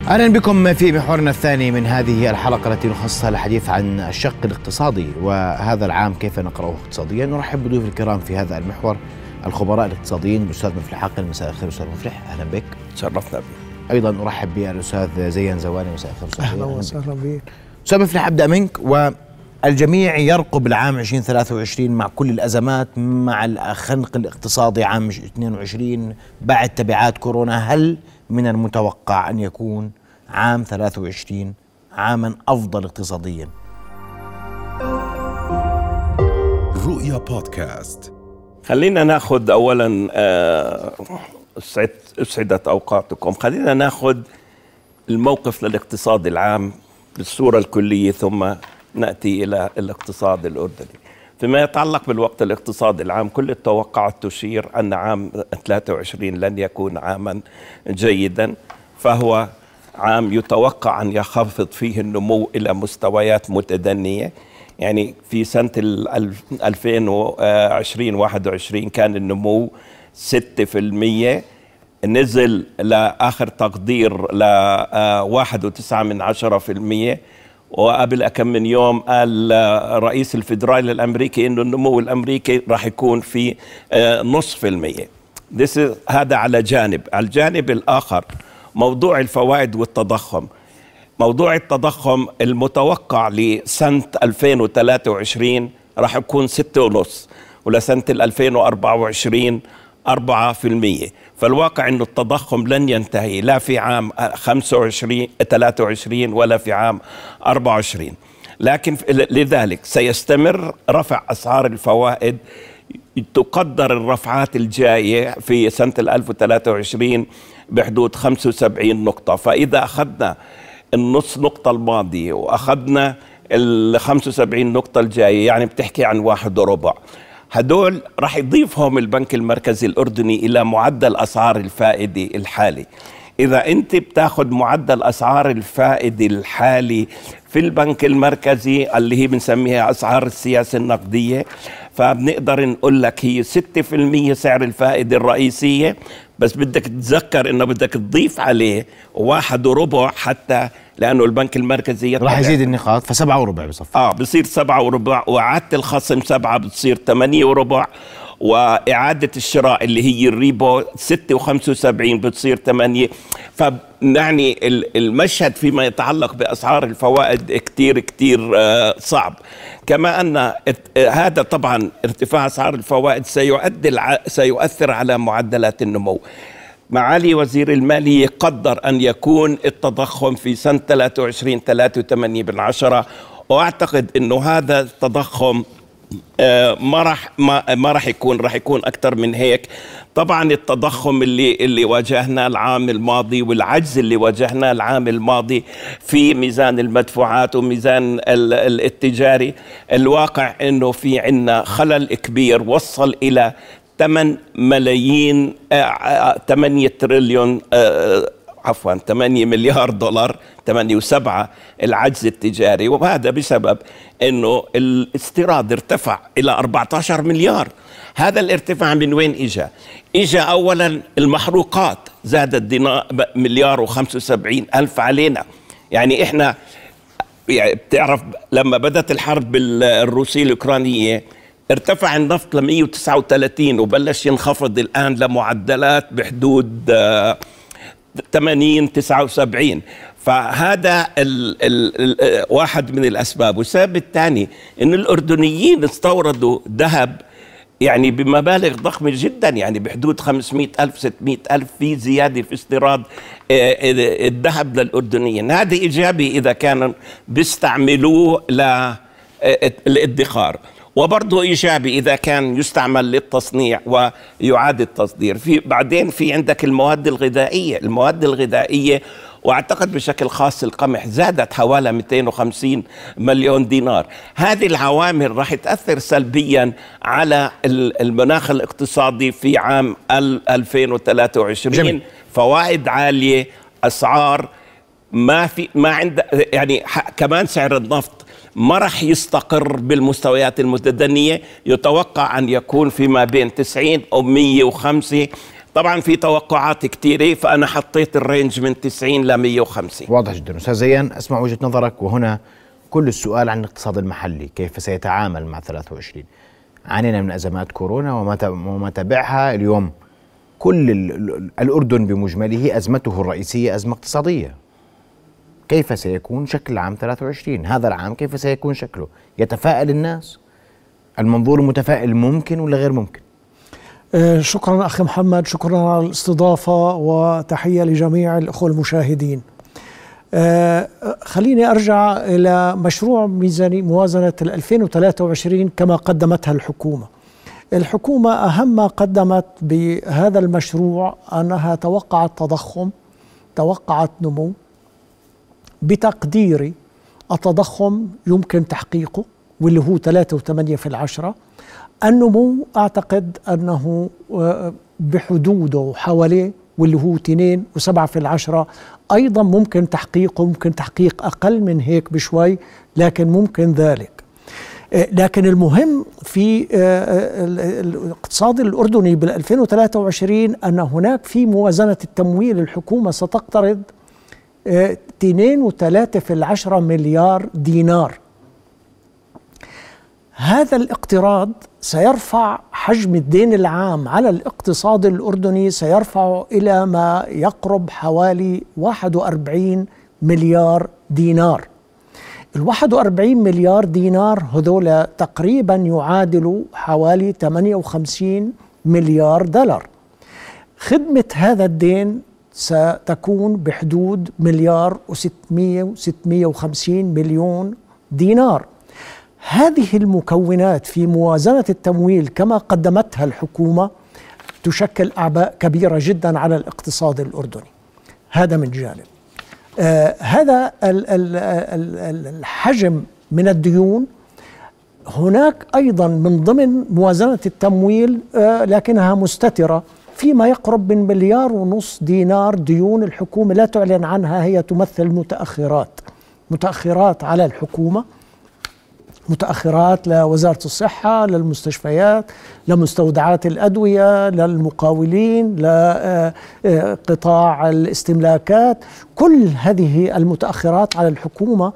أهلا بكم في محورنا الثاني من هذه الحلقة التي نخصصها للحديث عن الشق الاقتصادي وهذا العام كيف نقرأه اقتصاديا. نرحب بضيوف الكرام في هذا المحور الخبراء الاقتصاديين الأستاذ مفلح عقل. مساء الخير أستاذ مفلح، أهلا بك. تشرفنا بك. أيضا أرحب بالأستاذ زيان زواني. مساء الخير أستاذ. أهلا وسهلا بك أستاذ مفلح. أبدأ منك. والجميع يرقب العام 2023 مع كل الأزمات، مع الخنق الاقتصادي عام 22 بعد تبعات كورونا. هل من المتوقع أن يكون عام 23 عاما أفضل اقتصاديا؟ رؤيا بودكاست. خلينا ناخذ أولا أسعدت أوقاتكم. خلينا ناخذ الموقف للاقتصاد العام بالصورة الكلية ثم نأتي إلى الاقتصاد الأردني. فيما يتعلق بالوقت الاقتصادي العام، كل التوقعات تشير أن عام 23 لن يكون عاما جيدا، فهو عام يتوقع أن يخفض فيه النمو إلى مستويات متدنية. يعني في سنة 2020-21 كان النمو 6%، نزل لآخر تقدير ل 1.9%. وقبل كم من يوم قال رئيس الفيدرالي الأمريكي إنه النمو الأمريكي راح يكون في 0.5%. هذا على جانب. على الجانب الآخر موضوع الفوائد والتضخم. موضوع التضخم المتوقع لسنة 2023 راح يكون 6.5، ولسنة 2024 4%. فالواقع أنه التضخم لن ينتهي لا في عام 23 ولا في عام 24. لكن لذلك سيستمر رفع أسعار الفوائد. تقدر الرفعات الجاية في سنة 2023 بحدود 75 نقطة. فإذا أخذنا النص نقطة الماضية وأخذنا ال 75 نقطة الجاية، يعني بتحكي عن 1.25. هدول راح يضيفهم البنك المركزي الأردني إلى معدل أسعار الفائدة الحالي. إذا أنت بتاخد معدل أسعار الفائدة الحالي في البنك المركزي اللي هي بنسميها أسعار السياسة النقدية، فبنقدر نقول لك هي 6% سعر الفائدة الرئيسية، بس بدك تتذكر إنه بدك تضيف عليه 1.25 حتى، لأنه البنك المركزي راح يزيد النقاط، ف7.25 بصفي. بصير 7.25، وإعادة الخصم 7 بتصير 8.25، وإعادة الشراء اللي هي الريبو 6.75 بتصير 8. فيعني المشهد فيما يتعلق بأسعار الفوائد كتير صعب. كما أن هذا طبعا ارتفاع أسعار الفوائد سيؤثر على معدلات النمو. معالي وزير المالية قدر أن يكون التضخم في سنة 23 3.8%، وأعتقد أنه هذا التضخم ما راح يكون أكثر من هيك. طبعا التضخم اللي واجهناه العام الماضي والعجز اللي واجهناه العام الماضي في ميزان المدفوعات وميزان التجاري، الواقع أنه في عنا خلل كبير وصل إلى 8 مليار دولار، 8.7 العجز التجاري. وهذا بسبب أنه الاستيراد ارتفع إلى 14 مليار. هذا الارتفاع من وين إجا؟ أولا المحروقات زادت 1,075,000 علينا. يعني إحنا بتعرف لما بدأت الحرب الروسية الأوكرانية ارتفع النفط ل 139 وبلش ينخفض الآن لمعدلات بحدود 80-79. فهذا واحد من الأسباب. والسبب الثاني إن الأردنيين استوردوا ذهب يعني بمبالغ ضخمة جدا، يعني بحدود 500,000-600,000 في زيادة في استيراد الذهب للأردنيين. هذا إيجابي إذا كانوا بيستعملوه للادخار، وبرضه إيجابي إذا كان يستعمل للتصنيع ويعاد التصدير. بعدين في عندك المواد الغذائية، واعتقد بشكل خاص القمح زادت حوالي 250 مليون دينار. هذه العوامل راح تأثر سلبيا على المناخ الاقتصادي في عام 2023. جميل. فوائد عالية، أسعار ما عند، يعني كمان سعر النفط ما رح يستقر بالمستويات المتدنية. يتوقع أن يكون فيما بين 90 أو 105 طبعا في توقعات كثيرة، فأنا حطيت الرينج من 90 ل 150. واضح جدا. أستاذ زيان، أسمع وجهة نظرك. وهنا كل السؤال عن الاقتصاد المحلي، كيف سيتعامل مع 23؟ عانينا من أزمات كورونا وما تبعها. اليوم كل الأردن بمجمله أزمته الرئيسية أزمة اقتصادية. كيف سيكون شكل عام 23؟ هذا العام كيف سيكون شكله؟ يتفائل الناس؟ المنظور المتفائل ممكن ولا غير ممكن؟ شكرا أخي محمد، شكرا على الاستضافة وتحية لجميع الأخوة المشاهدين. خليني أرجع إلى مشروع موازنة 2023 كما قدمتها الحكومة. الحكومة أهم ما قدمت بهذا المشروع أنها توقعت تضخم، توقعت نمو. بتقديري التضخم يمكن تحقيقه واللي هو 3.8%. النمو أعتقد أنه بحدوده حواليه واللي هو 2.7%. أيضا ممكن تحقيقه، ممكن تحقيق أقل من هيك بشوي، لكن ممكن ذلك. لكن المهم في الاقتصاد الأردني بال 2023 أن هناك في موازنة التمويل الحكومة ستقترض 2.3 مليار دينار. هذا الاقتراض سيرفع حجم الدين العام على الاقتصاد الأردني، سيرفعه إلى ما يقرب حوالي 41 مليار دينار. 41 مليار دينار هذول تقريبا يعادلوا حوالي 58 مليار دولار. خدمة هذا الدين ستكون بحدود 1,650 مليون دينار. هذه المكونات في موازنة التمويل كما قدمتها الحكومة تشكل أعباء كبيرة جدا على الاقتصاد الأردني. هذا من جانب. هذا الحجم من الديون. هناك أيضا من ضمن موازنة التمويل لكنها مستترة فيما يقرب من 1.5 مليار دينار ديون الحكومة لا تعلن عنها. هي تمثل متأخرات على الحكومة، متأخرات لوزارة الصحة، للمستشفيات، لمستودعات الأدوية، للمقاولين، لقطاع الاستملاكات. كل هذه المتأخرات على الحكومة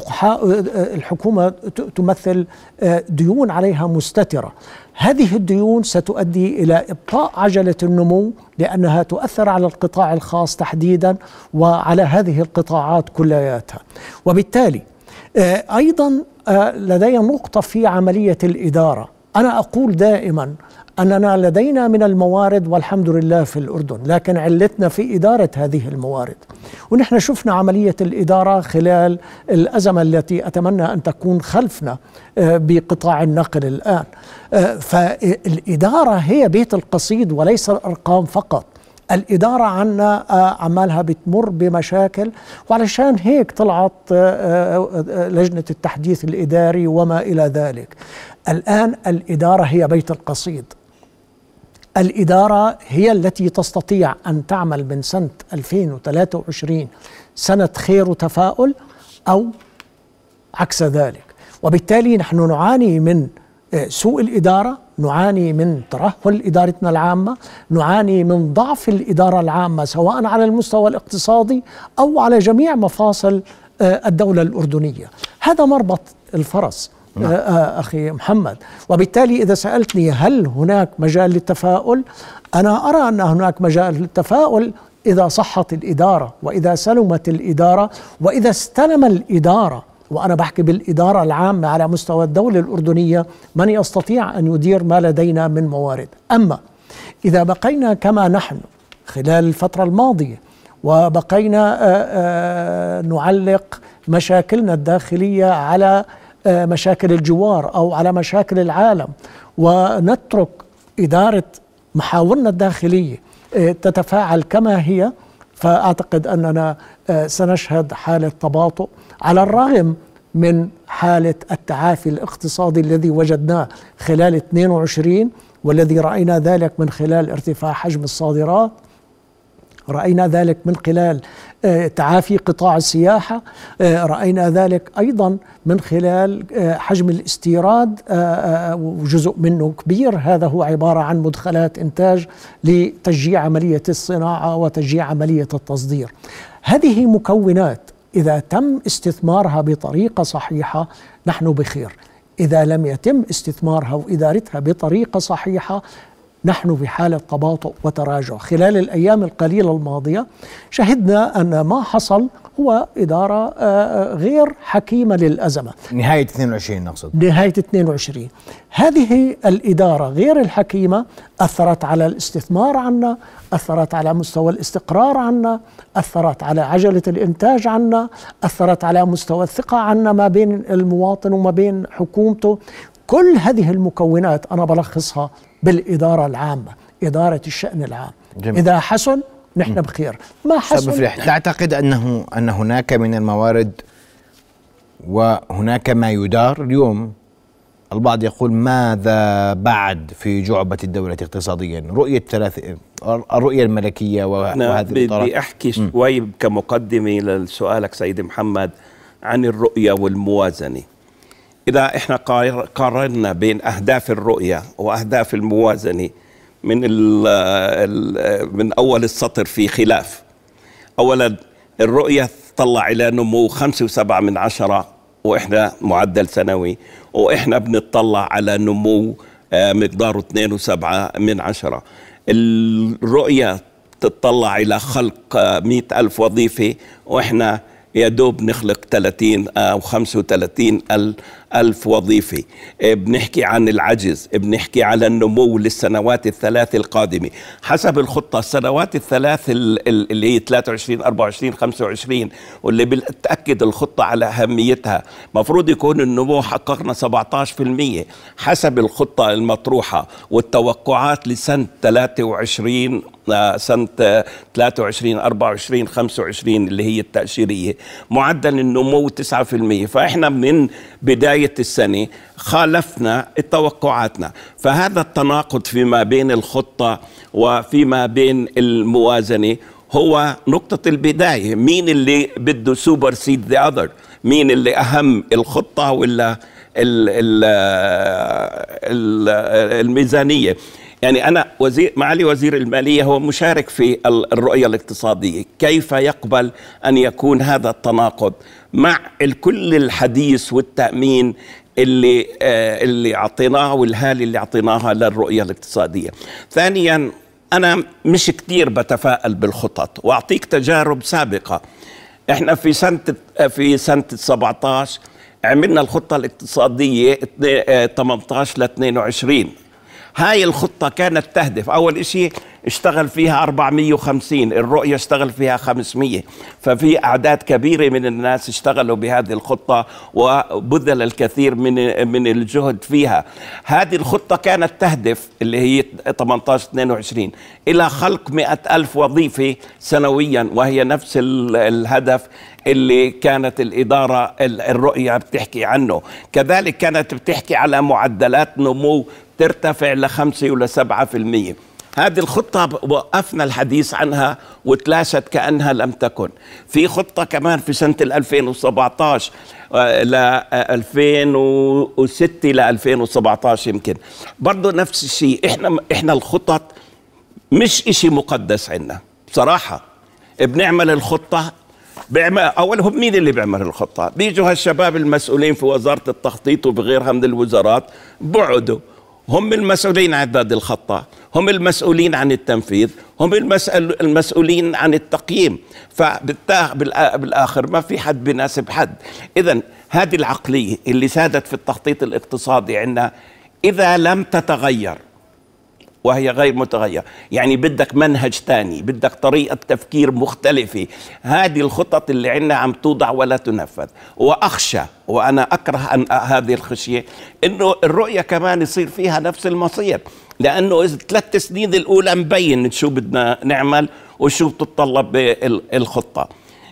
تمثل ديون عليها مستترة. هذه الديون ستؤدي إلى إبطاء عجلة النمو لأنها تؤثر على القطاع الخاص تحديدا وعلى هذه القطاعات كلياتها. وبالتالي أيضا لدي نقطة في عملية الإدارة. أنا أقول دائما أننا لدينا من الموارد والحمد لله في الأردن، لكن علتنا في إدارة هذه الموارد. ونحن شفنا عملية الإدارة خلال الأزمة التي أتمنى أن تكون خلفنا بقطاع النقل الآن. فالإدارة هي بيت القصيد وليس الأرقام فقط. الإدارة عنا عمالها بتمر بمشاكل، وعلشان هيك طلعت لجنة التحديث الإداري وما إلى ذلك. الآن الإدارة هي بيت القصيد. الإدارة هي التي تستطيع أن تعمل من سنة 2023 سنة خير وتفاؤل أو عكس ذلك. وبالتالي نحن نعاني من سوء الإدارة، نعاني من ترهل إدارتنا العامة، نعاني من ضعف الإدارة العامة سواء على المستوى الاقتصادي أو على جميع مفاصل الدولة الأردنية. هذا مربط الفرس أخي محمد. وبالتالي إذا سألتني هل هناك مجال للتفاؤل، أنا أرى أن هناك مجال للتفاؤل إذا صحت الإدارة، وإذا سلمت الإدارة، وإذا استلم الإدارة، وأنا بحكي بالإدارة العامة على مستوى الدولة الأردنية، من يستطيع أن يدير ما لدينا من موارد. أما إذا بقينا كما نحن خلال الفترة الماضية وبقينا نعلق مشاكلنا الداخلية على مشاكل الجوار أو على مشاكل العالم، ونترك إدارة محاورنا الداخلية تتفاعل كما هي، فأعتقد أننا سنشهد حالة تباطؤ على الرغم من حالة التعافي الاقتصادي الذي وجدناه خلال 22 والذي رأينا ذلك من خلال ارتفاع حجم الصادرات رأينا ذلك من خلال تعافي قطاع السياحة، رأينا ذلك أيضا من خلال حجم الاستيراد، وجزء منه كبير هذا هو عبارة عن مدخلات إنتاج لتشجيع عملية الصناعة وتشجيع عملية التصدير. هذه مكونات إذا تم استثمارها بطريقة صحيحة نحن بخير، إذا لم يتم استثمارها وإدارتها بطريقة صحيحة نحن في حالة تباطؤ وتراجع. خلال الأيام القليلة الماضية شهدنا أن ما حصل هو إدارة غير حكيمة للأزمة. نهاية 22 نقصد، نهاية 22 هذه الإدارة غير الحكيمة أثرت على الاستثمار عنا، أثرت على مستوى الاستقرار عنا، أثرت على عجلة الإنتاج عنا، أثرت على مستوى الثقة عنا ما بين المواطن وما بين حكومته. كل هذه المكونات أنا بلخصها بالإدارة العامة، إدارة الشأن العام. جميل. إذا حسن نحن بخير، ما حسن. تعتقد أن هناك من الموارد وهناك ما يدار اليوم؟ البعض يقول ماذا بعد في جعبة الدولة اقتصاديا؟ الرؤية الملكية وهذه الإطارات. بدي أحكي شوي كمقدمة لسؤالك سيدي محمد عن الرؤية والموازنة. إذا إحنا قارنا بين أهداف الرؤية وأهداف الموازنة من أول السطر في خلاف. أولا الرؤية تطلع إلى نمو 5.7 وإحنا معدل سنوي، وإحنا بنطلع على نمو مقداره 2.7. الرؤية تطلع إلى خلق 100,000 وظيفة وإحنا يا دوب نخلق 30 أو 35 ألف وظيفة. بنحكي عن العجز، بنحكي على النمو للسنوات الثلاث القادمة حسب الخطة. السنوات الثلاث اللي هي 23 24 25 واللي بتأكد الخطة على أهميتها، مفروض يكون النمو حققنا 17% حسب الخطة المطروحة والتوقعات لسنة 23 سنة 23 24 25 اللي هي التأشيرية معدل النمو 9%. فإحنا من بداية السنة خالفنا توقعاتنا. فهذا التناقض فيما بين الخطة وفيما بين الموازنة هو نقطة البداية. مين اللي بده سوبر سيد ذا أذر؟ مين اللي أهم، الخطة ولا الميزانية؟ يعني أنا معالي وزير المالية هو مشارك في الرؤية الاقتصادية. كيف يقبل أن يكون هذا التناقض مع كل الحديث والتأمين اللي أعطيناه والهالة اللي أعطيناها للرؤية الاقتصادية؟ ثانيا أنا مش كتير بتفائل بالخطط، وأعطيك تجارب سابقة. إحنا في سنة 17 عملنا الخطة الاقتصادية 18 ل 22. هاي الخطة كانت تهدف أول إشي اشتغل فيها 450، الرؤية اشتغل فيها 500. ففي أعداد كبيرة من الناس اشتغلوا بهذه الخطة وبذل الكثير من الجهد فيها. هذه الخطة كانت تهدف اللي هي 18-22 إلى خلق 100,000 وظيفة سنويا، وهي نفس الهدف اللي كانت الإدارة الرؤية بتحكي عنه. كذلك كانت بتحكي على معدلات نمو ترتفع ل5 ولا 7%. هذه الخطة وقفنا الحديث عنها وتلاشت كأنها لم تكن. في خطة كمان في سنة 2017 ل 2006 ل 2017 يمكن برضو نفس الشيء. احنا الخطط مش اشي مقدس عندنا بصراحة. بنعمل الخطة أولهم مين اللي بيعمل الخطة؟ بيجوا هالشباب المسؤولين في وزارة التخطيط وبغيرها من الوزارات، بقعدوا هم المسؤولين عن إعداد الخطة، هم المسؤولين عن التنفيذ، هم المسؤولين عن التقييم. فبالآخر ما في حد بيناسب حد. إذن هذه العقلية اللي سادت في التخطيط الاقتصادي عندنا إذا لم تتغير، وهي غير متغيرة، يعني بدك منهج تاني، بدك طريقة تفكير مختلفة. هذه الخطط اللي عندنا عم توضع ولا تنفذ. وأخشى وأنا أكره أن هذه الخشية إنه الرؤية كمان يصير فيها نفس المصير، لأنه إذا 3 سنين الأولى مبين شو بدنا نعمل وشو بتتطلب الخطة.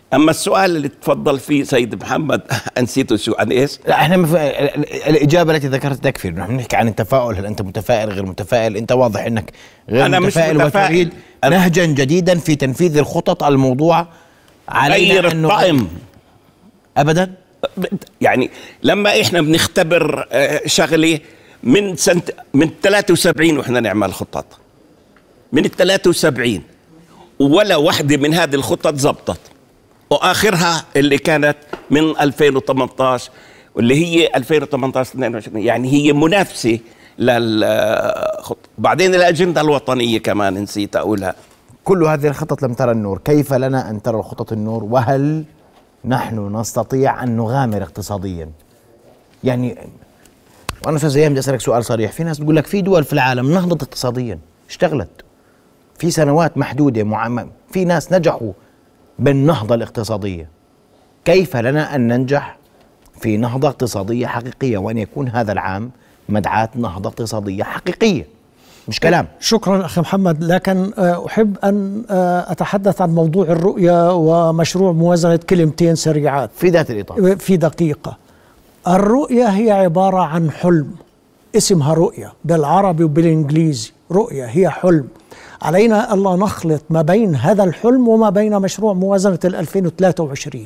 اما السؤال اللي تفضل فيه سيد محمد نسيته شو عن ايش؟ لا احنا الاجابه التي ذكرت تكفي. نحن نحكي عن التفاؤل، هل انت متفائل غير متفائل؟ انت واضح انك غير أنا متفائل, مش متفائل وتريد نهجا جديدا في تنفيذ الخطط الموضوع علينا غير الطعم ابدا. يعني لما احنا بنختبر شغله من 73 واحنا نعمل خطط من 73 ولا واحدة من هذه الخطط زبطت، واخرها اللي كانت من 2018 واللي هي 2018 22 يعني هي منافسة للخطة. بعدين الأجندة الوطنية كمان نسيت أقولها. كل هذه الخطط لم ترى النور، كيف لنا أن ترى خطط النور؟ وهل نحن نستطيع أن نغامر اقتصاديا؟ يعني وأنا أستاذ زياد بدي أسألك سؤال صريح. في ناس تقول لك في دول في العالم نهضت اقتصاديا، اشتغلت في سنوات محدودة، في ناس نجحوا بالنهضة الاقتصادية. كيف لنا أن ننجح في نهضة اقتصادية حقيقية، وأن يكون هذا العام مدعاة نهضة اقتصادية حقيقية مش كلام؟ شكرا أخي محمد، لكن أحب أن أتحدث عن موضوع الرؤية ومشروع موازنة كلمتين سريعات في ذات الإطار في دقيقة. الرؤية هي عبارة عن حلم، اسمها رؤية بالعربي وبالإنجليزي. رؤية هي حلم، علينا ألا نخلط ما بين هذا الحلم وما بين مشروع موازنة 2023.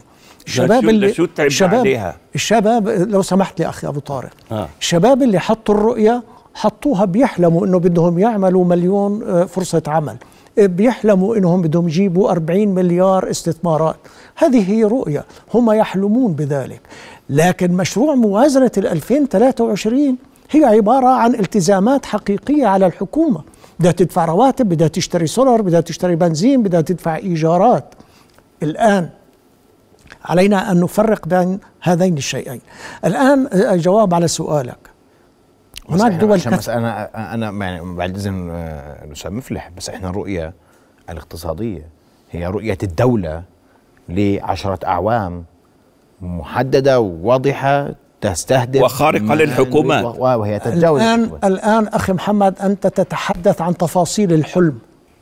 الشباب لو سمحت لي أخي أبو طارق، الشباب اللي حطوا الرؤية حطوها بيحلموا إنه بدهم يعملوا 1,000,000 فرصة عمل، بيحلموا إنهم بدهم يجيبوا 40 مليار استثمارات. هذه هي رؤية، هم يحلمون بذلك. لكن مشروع موازنة 2023 هي عبارة عن التزامات حقيقية على الحكومة، بدها تدفع رواتب، بدها تشتري سولر، بدها تشتري بنزين، بدها تدفع إيجارات. الآن علينا أن نفرق بين هذين الشيئين. الآن الجواب على سؤالك، هناك دول أنا يعني بعد إذن الأستاذ مفلح، بس إحنا الرؤية الاقتصادية هي رؤية الدولة ل10 أعوام محددة وواضحة تستهدف وخارقة للحكومات، وهي تتجاوز الآن أخي محمد أنت تتحدث عن تفاصيل الحلم.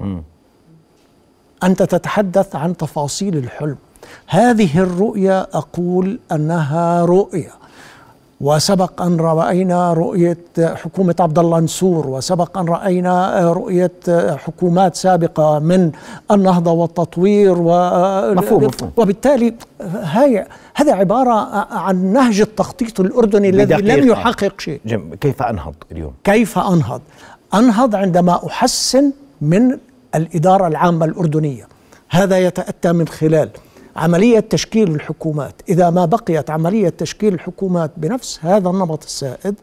أنت تتحدث عن تفاصيل الحلم. هذه الرؤية أقول أنها رؤية، وسبق أن رأينا رؤية حكومة عبد الله نصور، وسبق أن رأينا رؤية حكومات سابقة من النهضة والتطوير مفهوم. وبالتالي هذا عبارة عن نهج التخطيط الأردني الذي لم يحقق شيء. كيف أنهض اليوم؟ كيف أنهض؟ أنهض عندما أحسن من الإدارة العامة الأردنية. هذا يتأتى من خلال عملية تشكيل الحكومات. إذا ما بقيت عملية تشكيل الحكومات بنفس هذا النمط السائد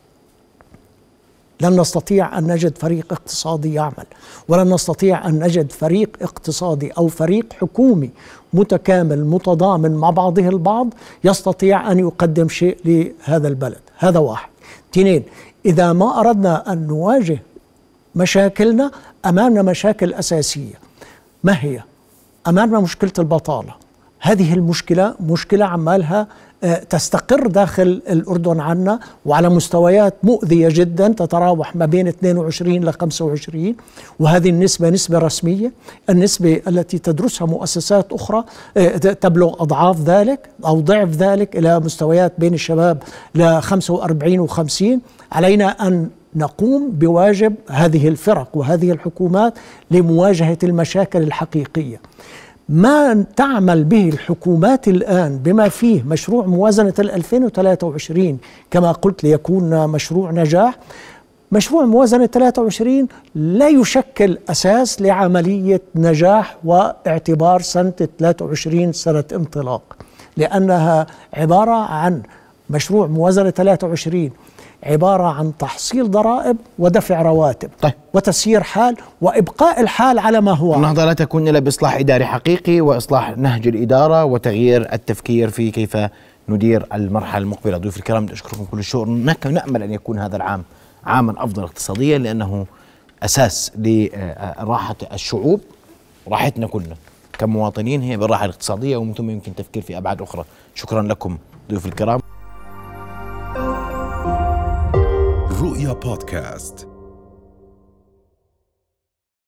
لن نستطيع أن نجد فريق اقتصادي يعمل، ولن نستطيع أن نجد فريق اقتصادي أو فريق حكومي متكامل متضامن مع بعضه البعض يستطيع أن يقدم شيء لهذا البلد. هذا واحد. 2، إذا ما أردنا أن نواجه مشاكلنا، أمامنا مشاكل أساسية. ما هي؟ أمامنا مشكلة البطالة. هذه المشكلة مشكلة عمالها تستقر داخل الأردن عنا وعلى مستويات مؤذية جدا، تتراوح ما بين 22 ل 25، وهذه النسبة نسبة رسمية. النسبة التي تدرسها مؤسسات أخرى تبلغ أضعاف ذلك أو ضعف ذلك، إلى مستويات بين الشباب ل 45 و50. علينا أن نقوم بواجب هذه الفرق وهذه الحكومات لمواجهة المشاكل الحقيقية. ما تعمل به الحكومات الآن بما فيه مشروع موازنة 2023 كما قلت ليكون مشروع نجاح، مشروع موازنة 23 لا يشكل أساس لعملية نجاح واعتبار سنة 23 سنة انطلاق، لأنها عبارة عن مشروع موازنة 23 عبارة عن تحصيل ضرائب ودفع رواتب. طيب. وتسيير حال وإبقاء الحال على ما هو. النهضة لا تكون إلا بإصلاح إداري حقيقي وإصلاح نهج الإدارة وتغيير التفكير في كيف ندير المرحلة المقبلة. ضيوف الكرام أشكركم كل الشكر. نأمل أن يكون هذا العام عاما أفضل اقتصاديا، لأنه أساس لراحة الشعوب، راحتنا كلنا كمواطنين هي بالراحة الاقتصادية، ومن ثم يمكن تفكير في أبعاد أخرى. شكرا لكم ضيوف الكرام. رؤيا بودكاست.